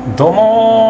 どう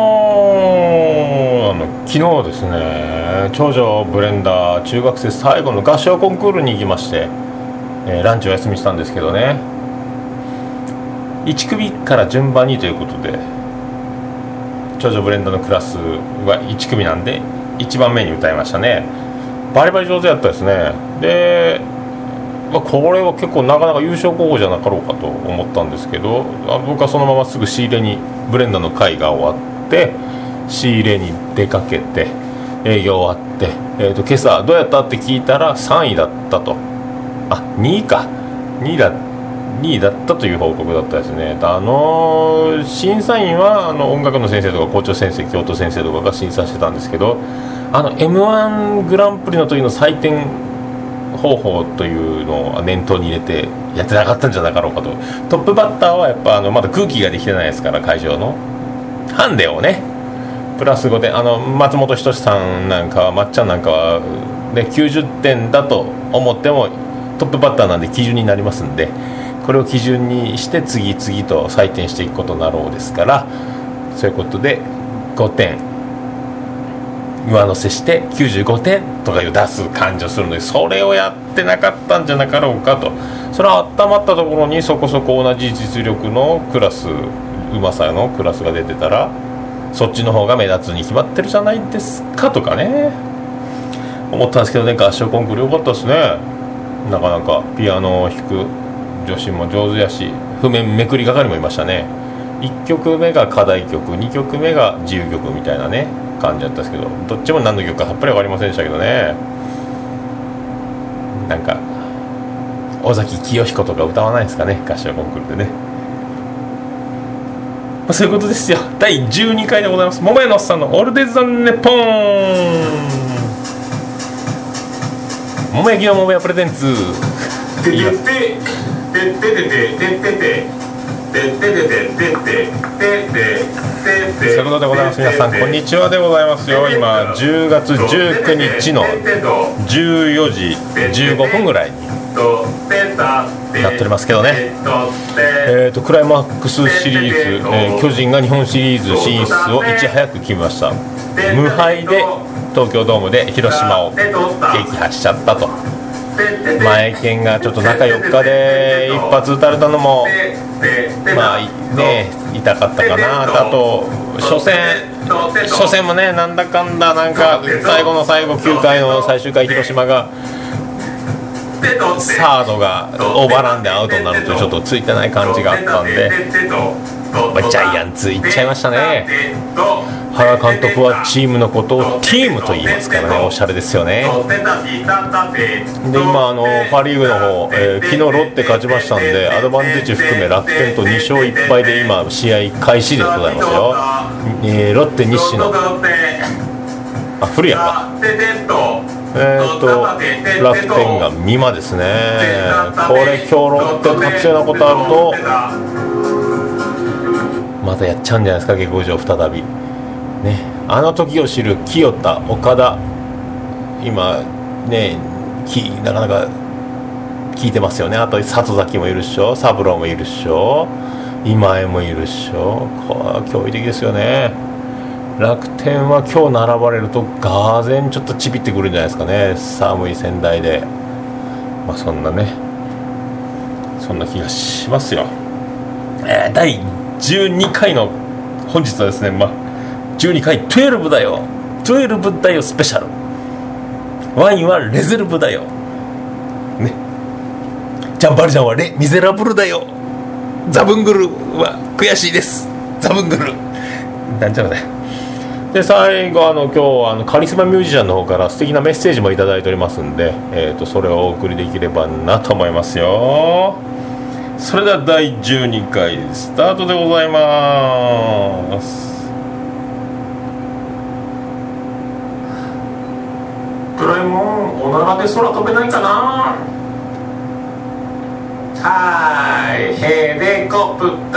も昨日ですね、長女ブレンダー中学生最後の合唱コンクールに行きまして、ランチお休みしたんですけどね、1組から順番にということで、長女ブレンダーのクラスは1組なんで1番目に歌いましたね。バリバリ上手やったですね。で、これは結構なかなか優勝候補じゃなかろうかと思ったんですけど、僕はそのまますぐ仕入れに、ブレンダーの会が終わって仕入れに出かけて営業終わって、今朝どうやったって聞いたら3位だったと、2位か、2位だったという報告だったですね。審査員は音楽の先生とか校長先生、教頭先生とかが審査してたんですけど、M1 グランプリの時の採点方法というのを念頭に入れてやってなかったんじゃなかろうかと。トップバッターはやっぱまだ空気ができてないですから、会場のハンデをねプラス5点、松本人志さんなんかは、まっちゃんなんかは、ね、90点だと思ってもトップバッターなんで基準になりますんで、これを基準にして次々と採点していくことになろうですから、そういうことで5点上乗せして95点とかいう出す感じをするので、それをやってなかったんじゃなかろうかと。それは温まったところにそこそこ同じ実力のクラス、うまさのクラスが出てたらそっちの方が目立つに決まってるじゃないですかとかね思ったんですけどね。合唱コンクール良かったですね。なかなかピアノを弾く女子も上手やし、譜面めくり係もいましたね。1曲目が課題曲、2曲目が自由曲みたいなね感じだったんですけど、どっちも何の曲かさっぱり分かりませんでしたけどね。なんか尾崎清彦とか歌わないですかね、合唱コンクールでね。そういうことですよ。第12回でございます。桃屋のおっさんのオールデイズ・ザ・ネポン。桃焼きの桃屋プレゼンツ。そういうことでございます。皆さんこんにちはでございますよ。今10月19日の14時15分ぐらいになっておりますけどね。クライマックスシリーズ、巨人が日本シリーズ進出をいち早く決めました。無敗で東京ドームで広島を撃破しちゃったと。前剣がちょっと中4日で一発打たれたのもまあね痛かったかな。あと初戦もね、なんだかんだなんか最後の最後9回の最終回、広島がサードがオーバーランでアウトになるとちょっとついてない感じがあったんで、ジャイアンツいっちゃいましたね。原監督はチームのことをティームと言いますからね、おしゃれですよね。で今パ・リーグの方、昨日ロッテ勝ちましたんで、アドバンテージ含め楽天と2勝1敗で今試合開始でございますよ。ロッテ西野古谷か、楽天が美馬ですね。これ今日ロッテ勝つようなことあるとまたやっちゃうんじゃないですか、下克上再びね。あの時を知る清田、岡田、今ねなかなか聞いてますよね。あと里崎もいるっしょ、三郎もいるっしょ、今江もいるっしょ。これは驚異的ですよね。楽天は今日並ばれるとがぜんちょっとちびってくるんじゃないですかね、寒い仙台で。そんな気がしますよ。第12回の本日はですね、12回12だよスペシャル。ワインはレゼルブだよね。ジャンバルジャンはミゼラブルだよ。ザブングルは悔しいです。ザブングルなんちゃらだよ。で最後今日カリスマミュージシャンの方から素敵なメッセージもいただいておりますんで、それをお送りできればなと思いますよ。それでは第12回スタートでございます。ドラえもん、おならで空飛べないかな。ヘリコプタ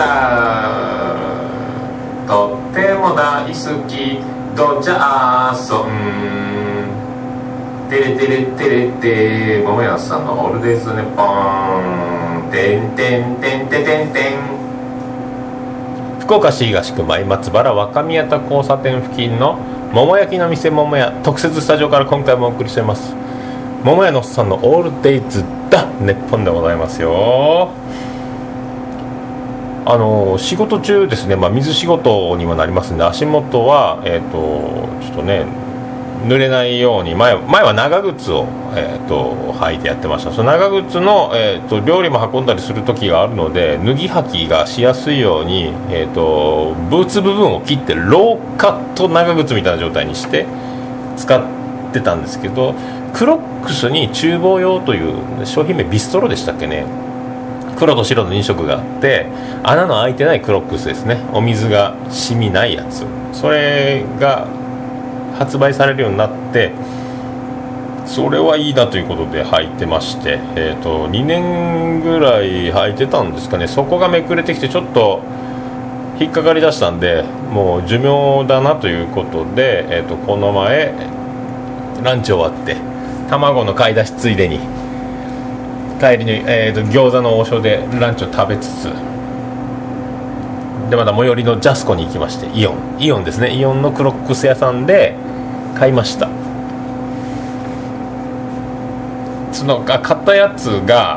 ーとっても大好きドジャーソンテレテレテレテ桃屋さんのオールデイズネポンテンテンテンテンテンテン福岡市東区前松原若宮田交差点付近の桃焼きの店桃屋特設スタジオから今回もお送りしています。桃屋のおっさんのオールデイズだネッポンでございますよ。仕事中ですね、水仕事にもなりますんで、足元はちょっとね濡れないように前は長靴を、履いてやってました。その長靴の、料理も運んだりする時があるので、脱ぎ履きがしやすいように、ブーツ部分を切ってローカット長靴みたいな状態にして使ってたんですけど、クロックスに厨房用という商品名ビストロでしたっけね、黒と白の2色があって穴の開いてないクロックスですね、お水が染みないやつ、それが発売されるようになって、それはいいなということで履いてまして、2年ぐらい履いてたんですかね。そこがめくれてきてちょっと引っかかりだしたんで、もう寿命だなということで、この前ランチ終わって卵の買い出しついでに帰りに、餃子の王将でランチを食べつつで、また最寄りのジャスコに行きまして、イオンですね、イオンのクロックス屋さんで買いました。その買ったやつが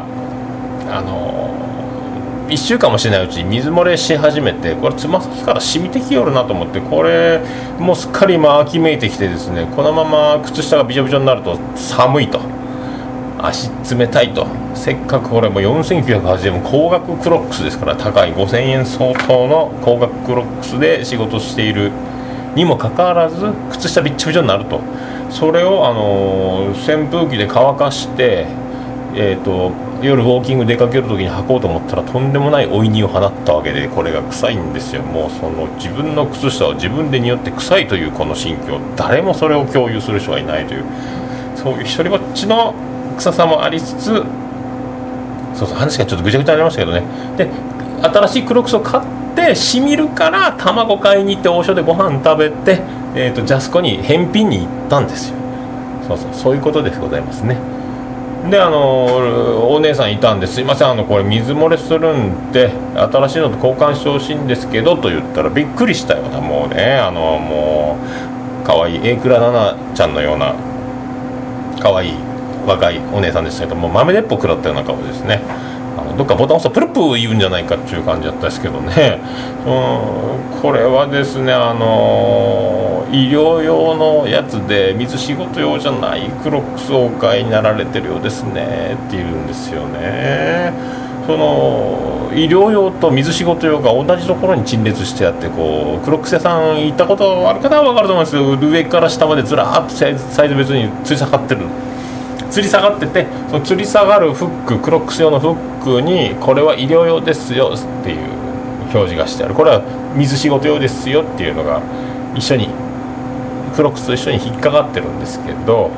1週間もしないうちに水漏れし始めて、これつま先から染みてきよるなと思って、これもうすっかり今秋めいてきてですね、このまま靴下がびちょびちょになると寒いと、足冷たいと、せっかくこれも4980円高額クロックスですから、高い5000円相当の高額クロックスで仕事しているにもかかわらず靴下びっちょびちょになると、それを扇風機で乾かして、夜ウォーキング出かける時に履こうと思ったらとんでもないおいにを放ったわけで、これが臭いんですよ。もうその自分の靴下を自分で匂って臭いというこの心境、誰もそれを共有する人はいないという、そういう一人ぼっちの臭さもありつつ、そう話がちょっとぐちゃぐちゃになりましたけどね。で、新しいクロックスを買ってしみるから卵買いに行って王将でご飯食べて、ジャスコに返品に行ったんですよ。そういうことでございますね。でお姉さんいたんで、すいませんこれ水漏れするんで新しいのと交換してほしいんですけどと言ったらびっくりしたような、もうねもうかわいい榮倉奈々ちゃんのようなかわいい若いお姉さんでしたけども、豆鉄砲食らったような顔ですね。どっかボタン押すとプルプー言うんじゃないかっていう感じだったんですけどね。これはですね医療用のやつで水仕事用じゃないクロックスをお買いになられてるようですねって言うんですよね。その医療用と水仕事用が同じところに陳列してあって、こうクロックス屋さん行ったことある方は分かると思うんですけど、上から下までずらーっとサイズ別に吊り下がってる、吊り下がってて、その吊り下がるフック、クロックス用のフックにこれは医療用ですよっていう表示がしてある、これは水仕事用ですよっていうのが一緒にクロックスと一緒に引っかかってるんですけど、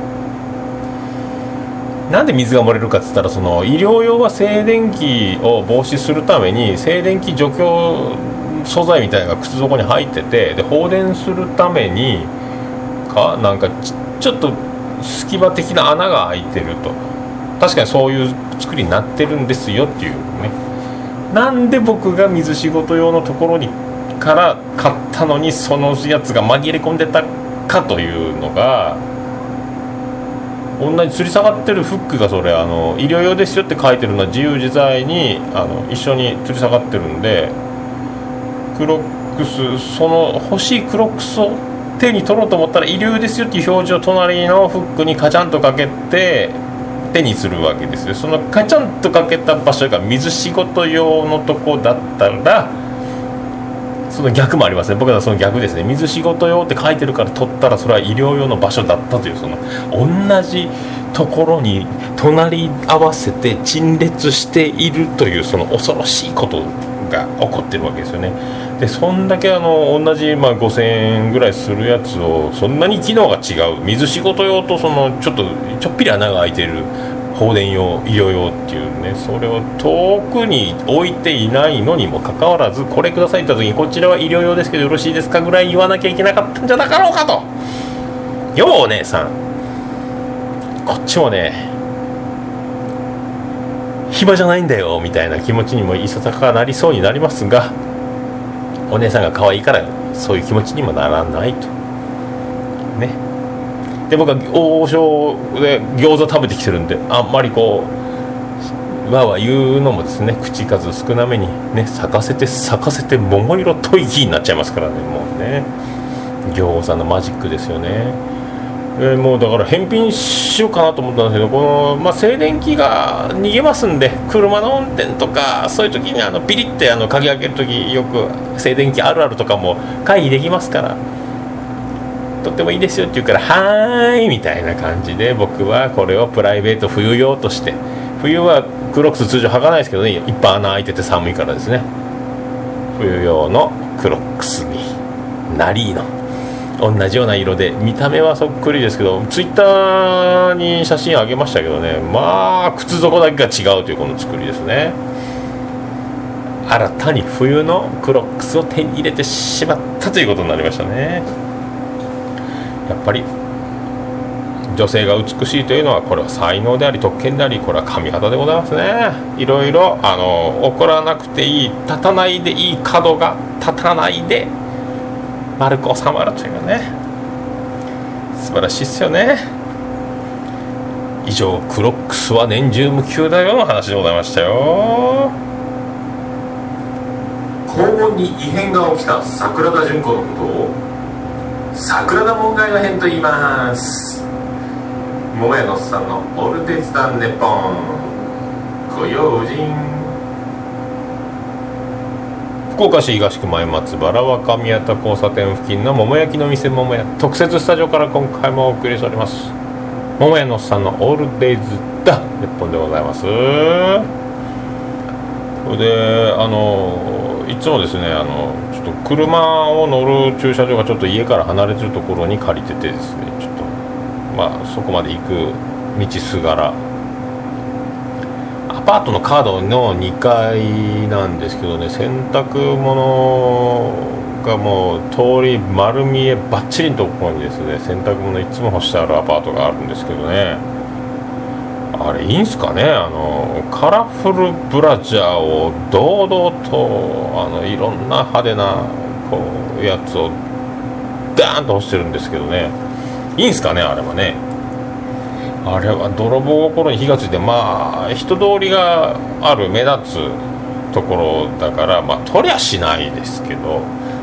なんで水が漏れるかって言ったら、その医療用は静電気を防止するために静電気除去素材みたいなのが靴底に入ってて、で放電するためになんかちょっと隙間的な穴が開いてると、確かにそういう作りになってるんですよっていうね。なんで僕が水仕事用のところにから買ったのにそのやつが紛れ込んでたかというのが、同じ吊り下がってるフックがそれ医療用ですよって書いてるのは自由自在に一緒に吊り下がってるんで、クロックスその欲しいクロックスを手に取ろうと思ったら医療用ですよっていう表示を隣のフックにカチャンとかけて手にするわけですよ。そのカチャンとかけた場所が水仕事用のとこだったら、その逆もありますね。僕はその逆ですね。水仕事用って書いてるから取ったらそれは医療用の場所だったという、その同じところに隣り合わせて陳列しているという、その恐ろしいことが起こってるわけですよね。でそんだけ同じ5000円ぐらいするやつを、そんなに機能が違う水仕事用とそのちょっぴり穴が開いている放電用医療用っていうね、それを遠くに置いていないのにもかかわらず、これくださいって言った時にこちらは医療用ですけどよろしいですかぐらい言わなきゃいけなかったんじゃなかろうかと。ようお姉さん、こっちもね暇じゃないんだよみたいな気持ちにもいささかなりそうになりますが、 お姉さんが可愛いからそういう気持ちにもならないとね。で僕は王将で餃子食べてきてるんで、あんまりこうわわ言うのもですね、口数少なめにね、咲かせて桃色吐息になっちゃいますからね。もうね、餃子のマジックですよね。もうだから返品しようかなと思ったんですけど、この、静電気が逃げますんで、車の運転とかそういう時にピリって鍵開ける時よく静電気あるあるとかも回避できますから、とってもいいですよって言うからはーいみたいな感じで、僕はこれをプライベート冬用として、冬はクロックス通常履かないですけどね、いっぱい穴開いてて寒いからですね、冬用のクロックスにナリーの同じような色で、見た目はそっくりですけど、ツイッターに写真あげましたけどね、靴底だけが違うというこの作りですね。新たに冬のクロックスを手に入れてしまったということになりましたね。やっぱり女性が美しいというのは、これは才能であり特権であり、これは神業でございますね。いろいろ怒らなくていい、立たないでいい角が立たないで丸く収まるというね、素晴らしいですよね。以上、クロックスは年中無休だよの話でございましたよ。高温に異変が起きた桜田淳子のことを桜田門外の変と言います。桃屋のおっさんのオルテツタンネポンご用心。福岡市東区前松原若宮田交差点付近の桃焼きの店桃屋特設スタジオから今回もお送りしております。桃屋のおっさんのオールデイズだネッポンでございます。それでいつもですね、ちょっと車を乗る駐車場がちょっと家から離れてるところに借りててですね、ちょっとそこまで行く道すがら、アパートのカードの2階なんですけどね、洗濯物がもう通り丸見えバッチリのところにですね、洗濯物いつも干してあるアパートがあるんですけどね、あれいいんすかね、カラフルブラジャーを堂々といろんな派手なこうやつをダーンと干してるんですけどね、いいんすかね、あれはね。あれは泥棒心に火がついて、人通りがある目立つところだから、取りゃしないですけど、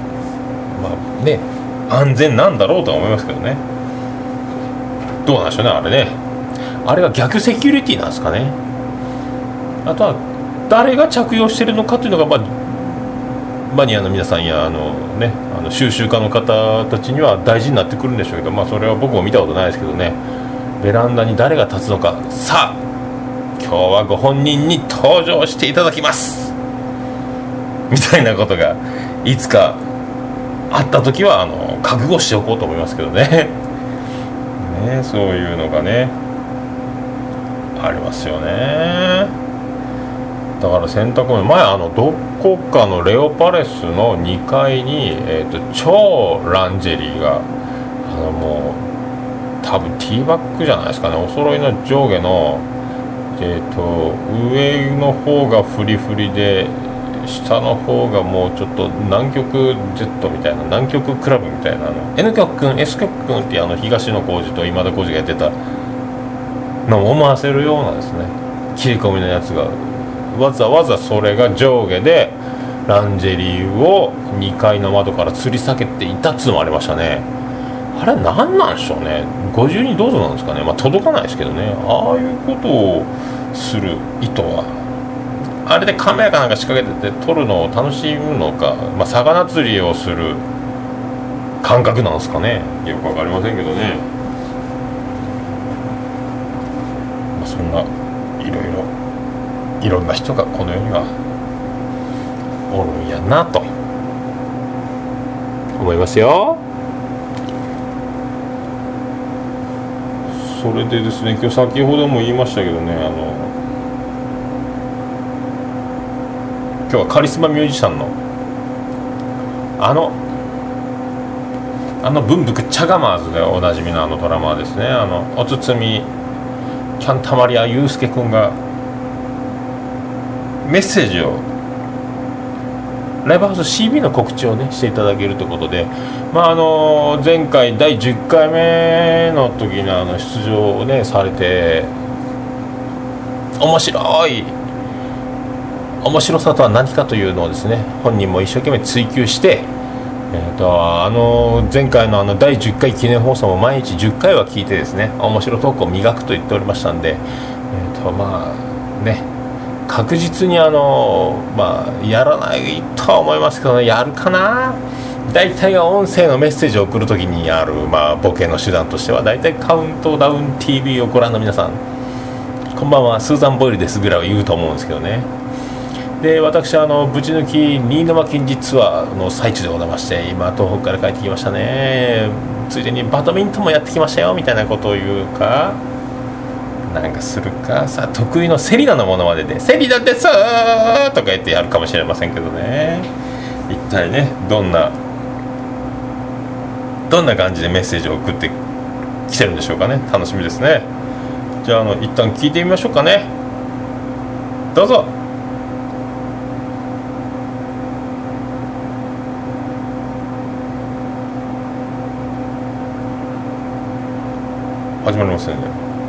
安全なんだろうとは思いますけどね。どうなんでしょうね、あれね。あれが逆セキュリティなんですかね。あとは誰が着用してるのかというのが、マニアの皆さんや収集家の方たちには大事になってくるんでしょうけど、それは僕も見たことないですけどね。ベランダに誰が立つのか、さあ今日はご本人に登場していただきますみたいなことがいつかあった時は覚悟しておこうと思いますけどね。そういうのがねありますよね。だから洗濯物前どこかのレオパレスの2階に、超ランジェリーがもう多分ティーバッグじゃないですかね、お揃いの上下の、上の方がフリフリで下の方がもうちょっと南極 Z みたいな、南極クラブみたいなN 極くん S 極くんって東野幸治と今田耕司がやってたのを思わせるようなですね切り込みのやつが、わざわざそれが上下でランジェリーを2階の窓から吊り下げていたっつうのもありましたね。あれ何なんでしょうね、ご自由にどうぞなんですかね。届かないですけどね、ああいうことをする意図は、あれでカメラかなんか仕掛けてて撮るのを楽しむのか、魚釣りをする感覚なんですかね、よく分かりませんけどね。そんないろんな人がこの世にはおるんやなと思いますよ。それでですね、今日先ほども言いましたけどね、今日はカリスマミュージシャンの文福チャガマーズでおなじみのドラマーですね、おつつみキャンタマリアユースケくんがメッセージをライブハウス CB の告知をねしていただけるということで、前回第10回目の時に出場をねされて、面白さとは何かというのをですね、本人も一生懸命追求して、前回の第10回記念放送も毎日10回は聞いてですね、面白トークを磨くと言っておりましたんで、確実にやらないとは思いますけどね、やるかな。大体が音声のメッセージを送るときにやる、ボケの手段としては大体カウントダウン TV をご覧の皆さん、こんばんはスーザン・ボイルですぐらいは言うと思うんですけどね。で、私ぶち抜き新沼近日ツアーの最中でございまして、今東北から帰ってきましたね。ついでにバドミントンもやってきましたよみたいなことを言うかなんかするか、さあ得意のセリナのものまででセリナですとか言ってやるかもしれませんけどね。一体ねどんな感じでメッセージを送ってきてるんでしょうかね。楽しみですね。じゃあ一旦聞いてみましょうかね。どうぞ。始まりますね。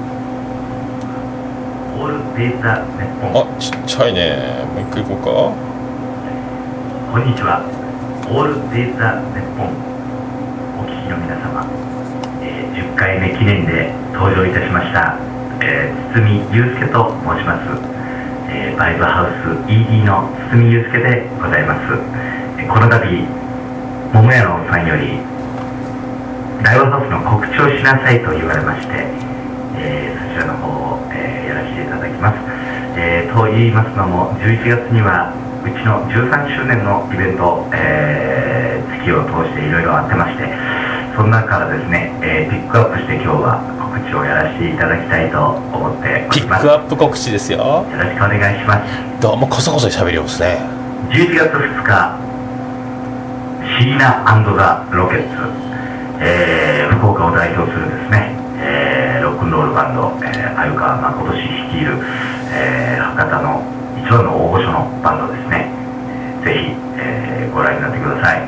オールデータネッポン。 ちっちゃいね。もう一回行こうか。 こんにちは。オールデータネッポンお聞きの皆様、10回目記念で登場いたしました、堤祐介と申します。バイブハウス ED の堤祐介でございます。この度桃屋のさんよりライブハウスの告知をしなさいと言われまして、そちらの方を、やらせていただきます。と言いますのも、11月にはうちの13周年のイベント、月を通していろいろあってまして、その中からですね、ピックアップして今日は告知をやらせていただきたいと思っております。 ピックアップ告知ですよ。 よろしくお願いします。 どうもこそこそ喋りますね。 11月2日、シーナ&ザ・ロケッツ、福岡を代表するですね、ロックンロールバンド、鮎川誠氏率いる、博多の一番の大御所のバンドですね。ぜひ、ご覧になってください。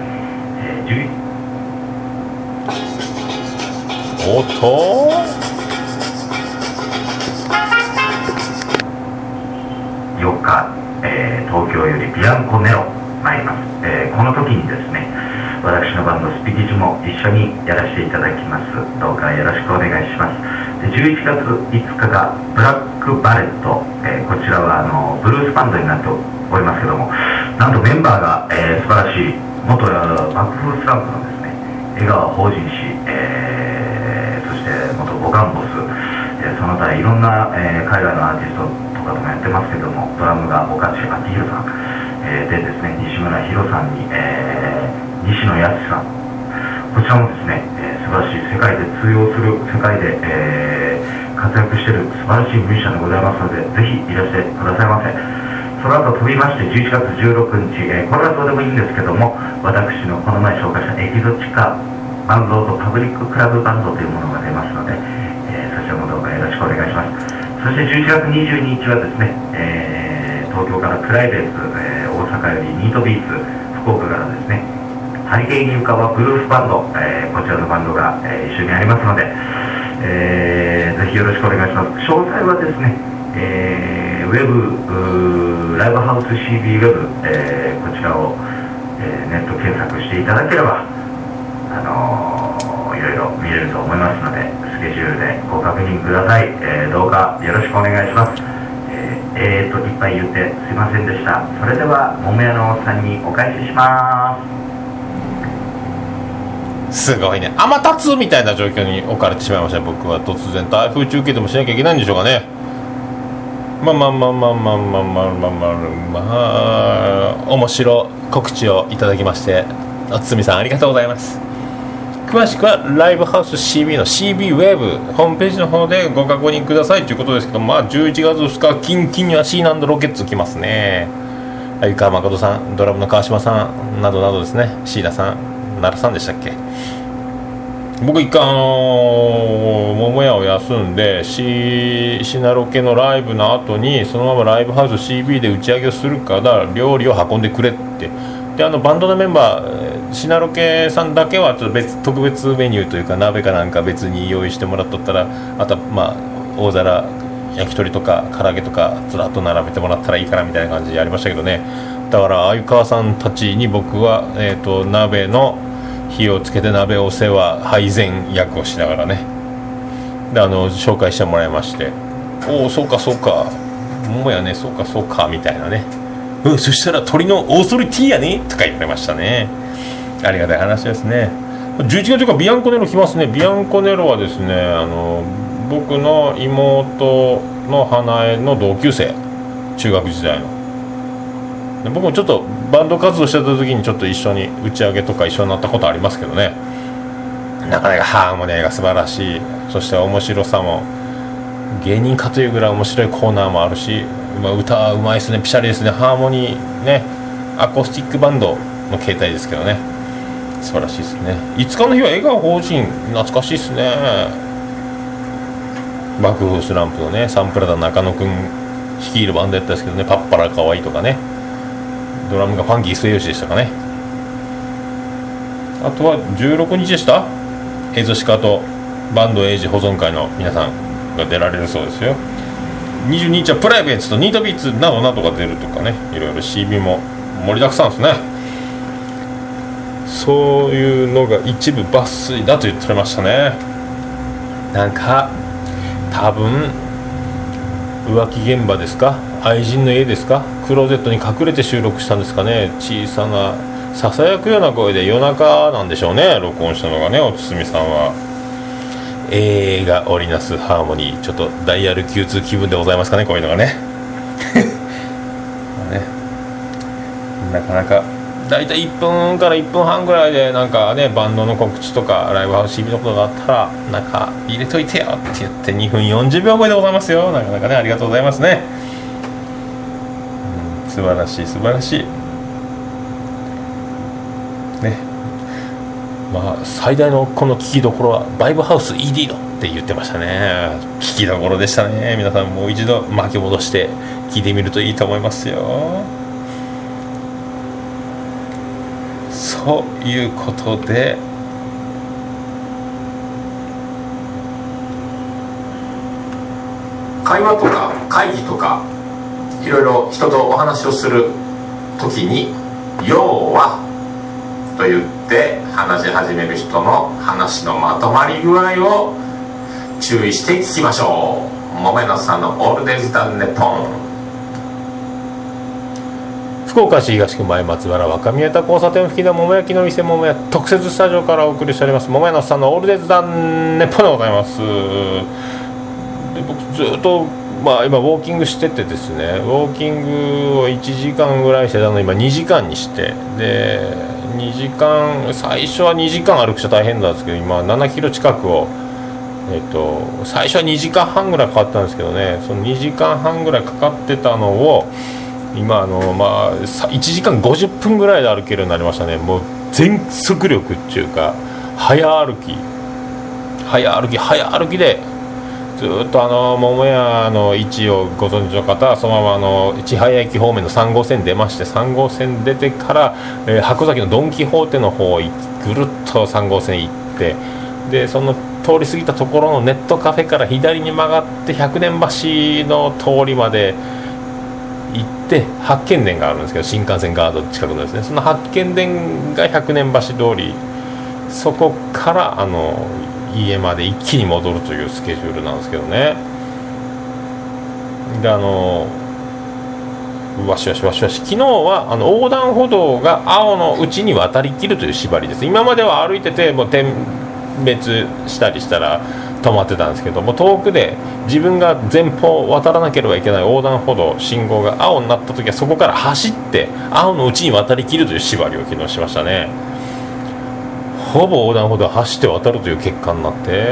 おっと 4日、東京よりビアンコネロ参ります。この時にですね、私のバンドスピキジも一緒にやらせていただきます。どうかよろしくお願いします。で、11月5日がブラックバレット、こちらはブルースバンドになっておりますけども、なんとメンバーが、素晴らしい元爆風スランプのですね江川法人氏、そして元ボカンボス、その他いろんな、海外のアーティストとかともやってますけども、ドラムが岡地明宏さん、でですね西村博さんに、西野康さん、こちらもですね、素晴らしい世界で通用する世界で、活躍している素晴らしいミュージシャンでございますので、ぜひいらしてくださいませ。その後飛びまして11月16日、これはどうでもいいんですけども、私のこの前紹介したエキゾチカバンドとパブリッククラブバンドというものが出ますので、そちらもどうかよろしくお願いします。そして11月22日はですね、東京からプライベート、大阪よりニートビーツ、福岡からですねハリケーンニューカワブルースバンド、こちらのバンドが、一緒にありますので、ぜひよろしくお願いします。詳細はですね、ウェブライブハウス CB ウェブ、こちらを、ネット検索していただければいろいろ見れると思いますので、スケジュールでご確認ください。どうかよろしくお願いします。いっぱい言ってすいませんでした。それでは桃屋のおっさんにお返しします。 すごいね、天達みたいな状況に置かれてしまいました。僕は突然台風中継でもしなきゃいけないんでしょうかね。面白告知をいただきましておつみさんありがとうございます。詳しくはライブハウス CB の CB ウェブホームページの方でご確認くださいということですけど、11月2日キンキンにはシーナンドロケッツ来ますね。鮎川誠さん、ドラムの川島さんなどなどですね、椎名さん、奈良さんでしたっけ。僕一回桃屋を休んでシナロケのライブの後にそのままライブハウス CB で打ち上げをするから料理を運んでくれってでバンドのメンバーシナロケさんだけはちょっと特別メニューというか鍋かなんか別に用意してもらっとったら、あとは大皿焼き鳥とか唐揚げとかずらっと並べてもらったらいいかなみたいな感じでやりましたけどね。だから鮎川さんたちに僕は、鍋の火をつけて鍋お世話配膳役をしながらね、で紹介してもらいまして、おおそうかそうかもやね、そうかそうかみたいなね、そしたら鳥のオーソリティやねとか言われましたね。ありがたい話ですね。11月かビアンコネロ来ますね。ビアンコネロはですね、僕の妹の花江の同級生、中学時代の。で僕もちょっとバンド活動してた時にちょっと一緒に打ち上げとか一緒になったことありますけどね、なかなかハーモニーが素晴らしい。そして面白さも芸人かというぐらい面白いコーナーもあるし、歌うまいですね。ピシャリですね。ハーモニーね、アコースティックバンドの形態ですけどね、素晴らしいですね。5日の日は笑顔法人、懐かしいですね。爆風スランプのねサンプラダ中野くん率いるバンドやったんですけどね、パッパラかわいいとかね、ドラムがファンキー末吉でしたかね。あとは16日でした、エゾシカとバンドエイジ保存会の皆さんが出られるそうですよ。22日はプライベートとニートビーツなどなどが出るとかね、いろいろ CB も盛りだくさんですね。そういうのが一部抜粋だと言ってましたね。なんか多分浮気現場ですか、愛人の家ですか、クローゼットに隠れて収録したんですかね。小さなささやくような声で夜中なんでしょうね、録音したのがね。おつすみさんは映画織りなすハーモニー、ちょっとダイヤル Q2 気分でございますかね、こういうのがねね、なかなかだいたい1分から1分半ぐらいでなんかね、バンドの告知とかライブハウス CB のことがあったらなんか入れといてよって言って2分40秒前でございますよ。なかなかね、ありがとうございますね。素晴らしい素晴らしいね。最大のこの聞きどころはバイブハウス ED のって言ってましたね。聞きどころでしたね。皆さんもう一度巻き戻して聞いてみるといいと思いますよ。そういうことで会話とか会議とかいろいろ人とお話をする時に要はと言って話し始める人の話のまとまり具合を注意して聞きましょう。もめのさんのオールデイズ・ザ・ネポン。 福岡市東区前松原若宮田交差点付近の桃焼きの店桃屋特設スタジオからお送りしております桃屋のさんのオールデイズ・ザ・ネポンでございます。で僕ずっと今ウォーキングしててですね、ウォーキングを1時間ぐらいしてたのを今2時間にして、で2時間最初は2時間歩くと大変なんですけど、今7キロ近くを最初は2時間半ぐらいかかったんですけどね、その2時間半ぐらいかかってたのを今1時間50分ぐらいで歩けるようになりましたね。もう全速力っていうか早歩きでずっと桃屋の位置をご存知の方はそのまま千早駅方面の3号線出まして、3号線出てから、箱崎のドン・キホーテの方ぐるっと3号線行って、でその通り過ぎたところのネットカフェから左に曲がって百年橋の通りまで行って八犬伝があるんですけど、新幹線ガード近くのですね、その八犬伝が百年橋通り、そこから家まで一気に戻るというスケジュールなんですけどね。でわし昨日は横断歩道が青のうちに渡りきるという縛りです。今までは歩いててもう点滅したりしたら止まってたんですけども、遠くで自分が前方渡らなければいけない横断歩道信号が青になった時はそこから走って青のうちに渡りきるという縛りを昨日しましたね。ほぼ横断歩道を走って渡るという結果になって、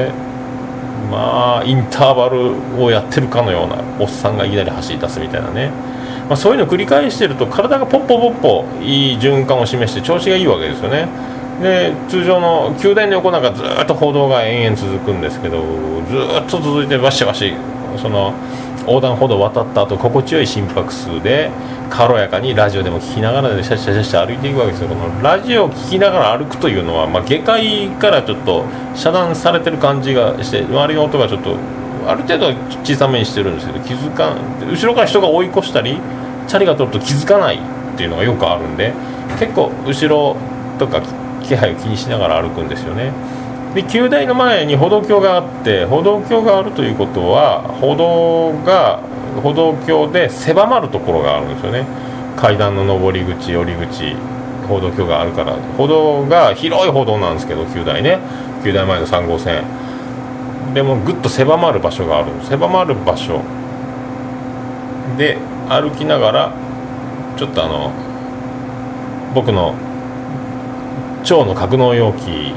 インターバルをやってるかのようなおっさんがいきなり走り出すみたいなね、そういうのを繰り返してると体がポッポいい循環を示して調子がいいわけですよね。で通常の宮殿の横なんかずっと歩道が延々続くんですけど、ずっと続いてバシバシその横断歩道を渡った後心地よい心拍数で軽やかにラジオでも聞きながらでシャシャシャシャ歩いていくわけですよ。このラジオを聞きながら歩くというのは、下界からちょっと遮断されてる感じがして周りの音がちょっとある程度小さめにしてるんですけど、気づかん後ろから人が追い越したりチャリが通ると気づかないっていうのがよくあるんで、結構後ろとか気配を気にしながら歩くんですよね。で旧大の前に歩道橋があって、歩道橋があるということは歩道橋で狭まるところがあるんですよね。階段の上り口降り口歩道橋があるから、歩道が広い歩道なんですけど、旧大前の3号線でもぐっと狭まる場所がある。狭まる場所で歩きながらちょっと僕の腸の格納容器、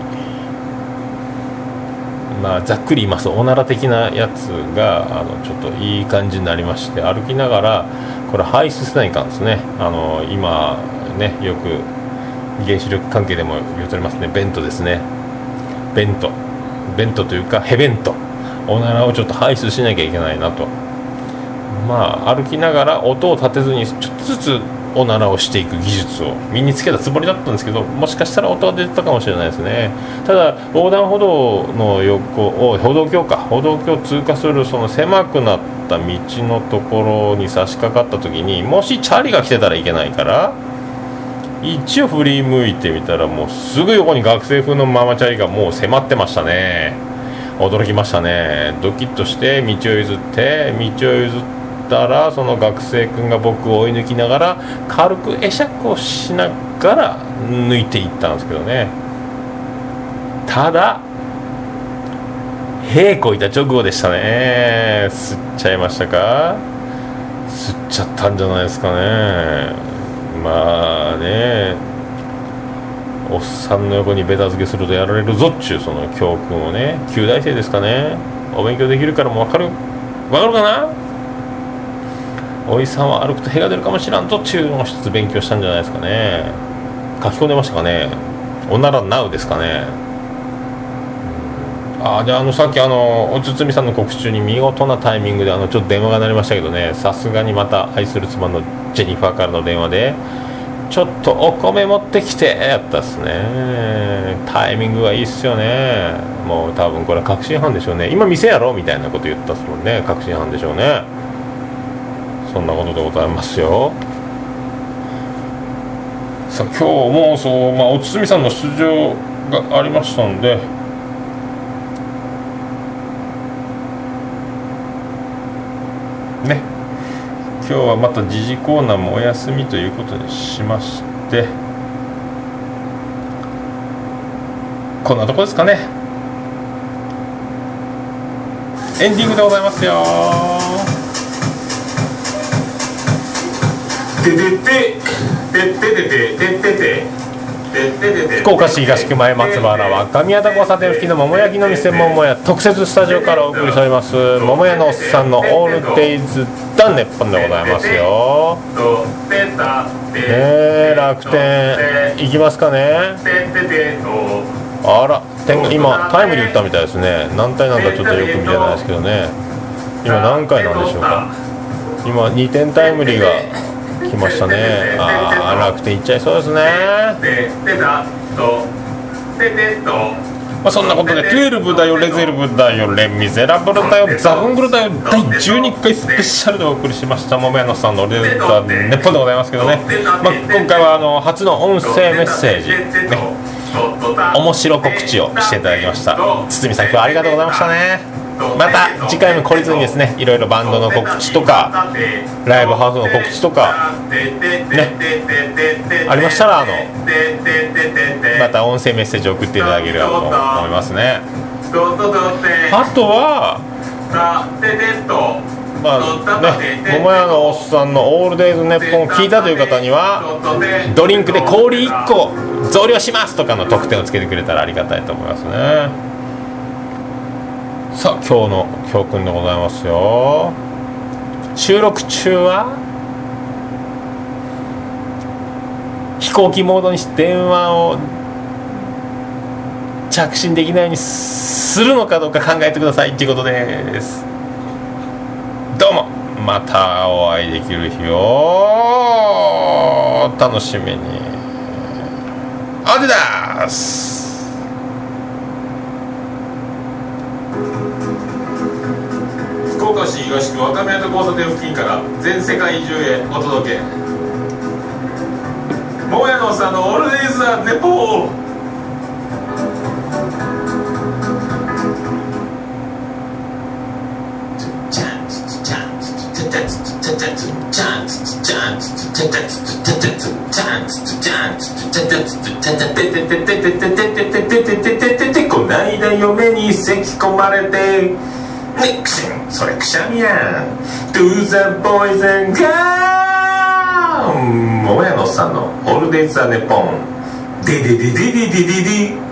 ざっくり言いますとおなら的なやつがちょっといい感じになりまして、歩きながらこれ排出せないかんですね。今ねよく原子力関係でも言うとりますね、ベントですね。ベントというかヘベント、おならをちょっと排出しなきゃいけないなと。歩きながら音を立てずにちょっとずつおならをしていく技術を身につけたつもりだったんですけど、もしかしたら音が出てたかもしれないですね。ただ横断歩道の横を歩道橋を通過するその狭くなった道のところに差し掛かった時に、もしチャリが来てたらいけないから一応振り向いてみたら、もうすぐ横に学生風のママチャリがもう迫ってましたね。驚きましたね。ドキッとして道を譲ったら、その学生くんが僕を追い抜きながら軽く会釈をしながら抜いていったんですけどね。ただ屁こいた直後でしたね。吸っちゃいましたか？吸っちゃったんじゃないですかね。おっさんの横にベタ付けするとやられるぞっちゅうその教訓をね、9大生ですかね、お勉強できるからもう分かるかな。おいさんは歩くと屁が出るかもしらんぞっちゅうのを一つ勉強したんじゃないですかね。書き込んでましたかね。おならなうですかね。でさっきおつつみさんの告知中に見事なタイミングでちょっと電話が鳴りましたけどね、さすがにまた愛する妻のジェニファーからの電話でちょっとお米持ってきてやったっすね。タイミングがいいっすよね。もう多分これ確信犯でしょうね。今店やろみたいなこと言ったっすもんね。確信犯でしょうね。そんなことでございますよ。さあ今日もおつつみさんの出場がありましたんで、ね、今日はまた時事コーナーもお休みということにしまして、こんなとこですかね。エンディングでございますよ。福岡市東区前松原は上谷田交差点付近の桃焼きの店桃屋特設スタジオからお送りしております桃屋のおっさんのオールデイズダンネッポンでございますよ。楽天行きますかね。あら今タイムリー打ったみたいですね。何回なんだちょっとよく見てないですけどね。今何回なんでしょうか。今2点タイムリーが来ましたね。楽天いっちゃいそうですね。そんなことで12だよレゼルブだよレミゼラブルだよザブングルだよ第12回スペシャルでお送りしました桃屋のさんのレゼルブネッポンでございますけどね、今回は初の音声メッセージ、ね、面白告知をしていただきました。堤さん今日はありがとうございましたね。また次回も懲りずにですね、いろいろバンドの告知とかライブハウスの告知とかねありましたらまた音声メッセージを送っていただければと思いますね。あとは桃屋のおっさんのオールデイズネッポンを聞いたという方にはドリンクで氷1個増量しますとかの特典をつけてくれたらありがたいと思いますね。さあ今日の教訓でございますよ。収録中は飛行機モードにして電話を着信できないようにするのかどうか考えてくださいということです。どうも。 またお会いできる日を楽しみに。アディダス。福岡市東区若宮と交差点付近から全世界中へお届け、桃屋のおっさんのオールデイズ・ザ・ネポー。こないだ嫁に咳き込まれて、ね、くしん、それくしゃみやん。 To the boys and girls。 桃屋のおっさんのオールデイズ・ザ・ネポン。デデデデデデデデ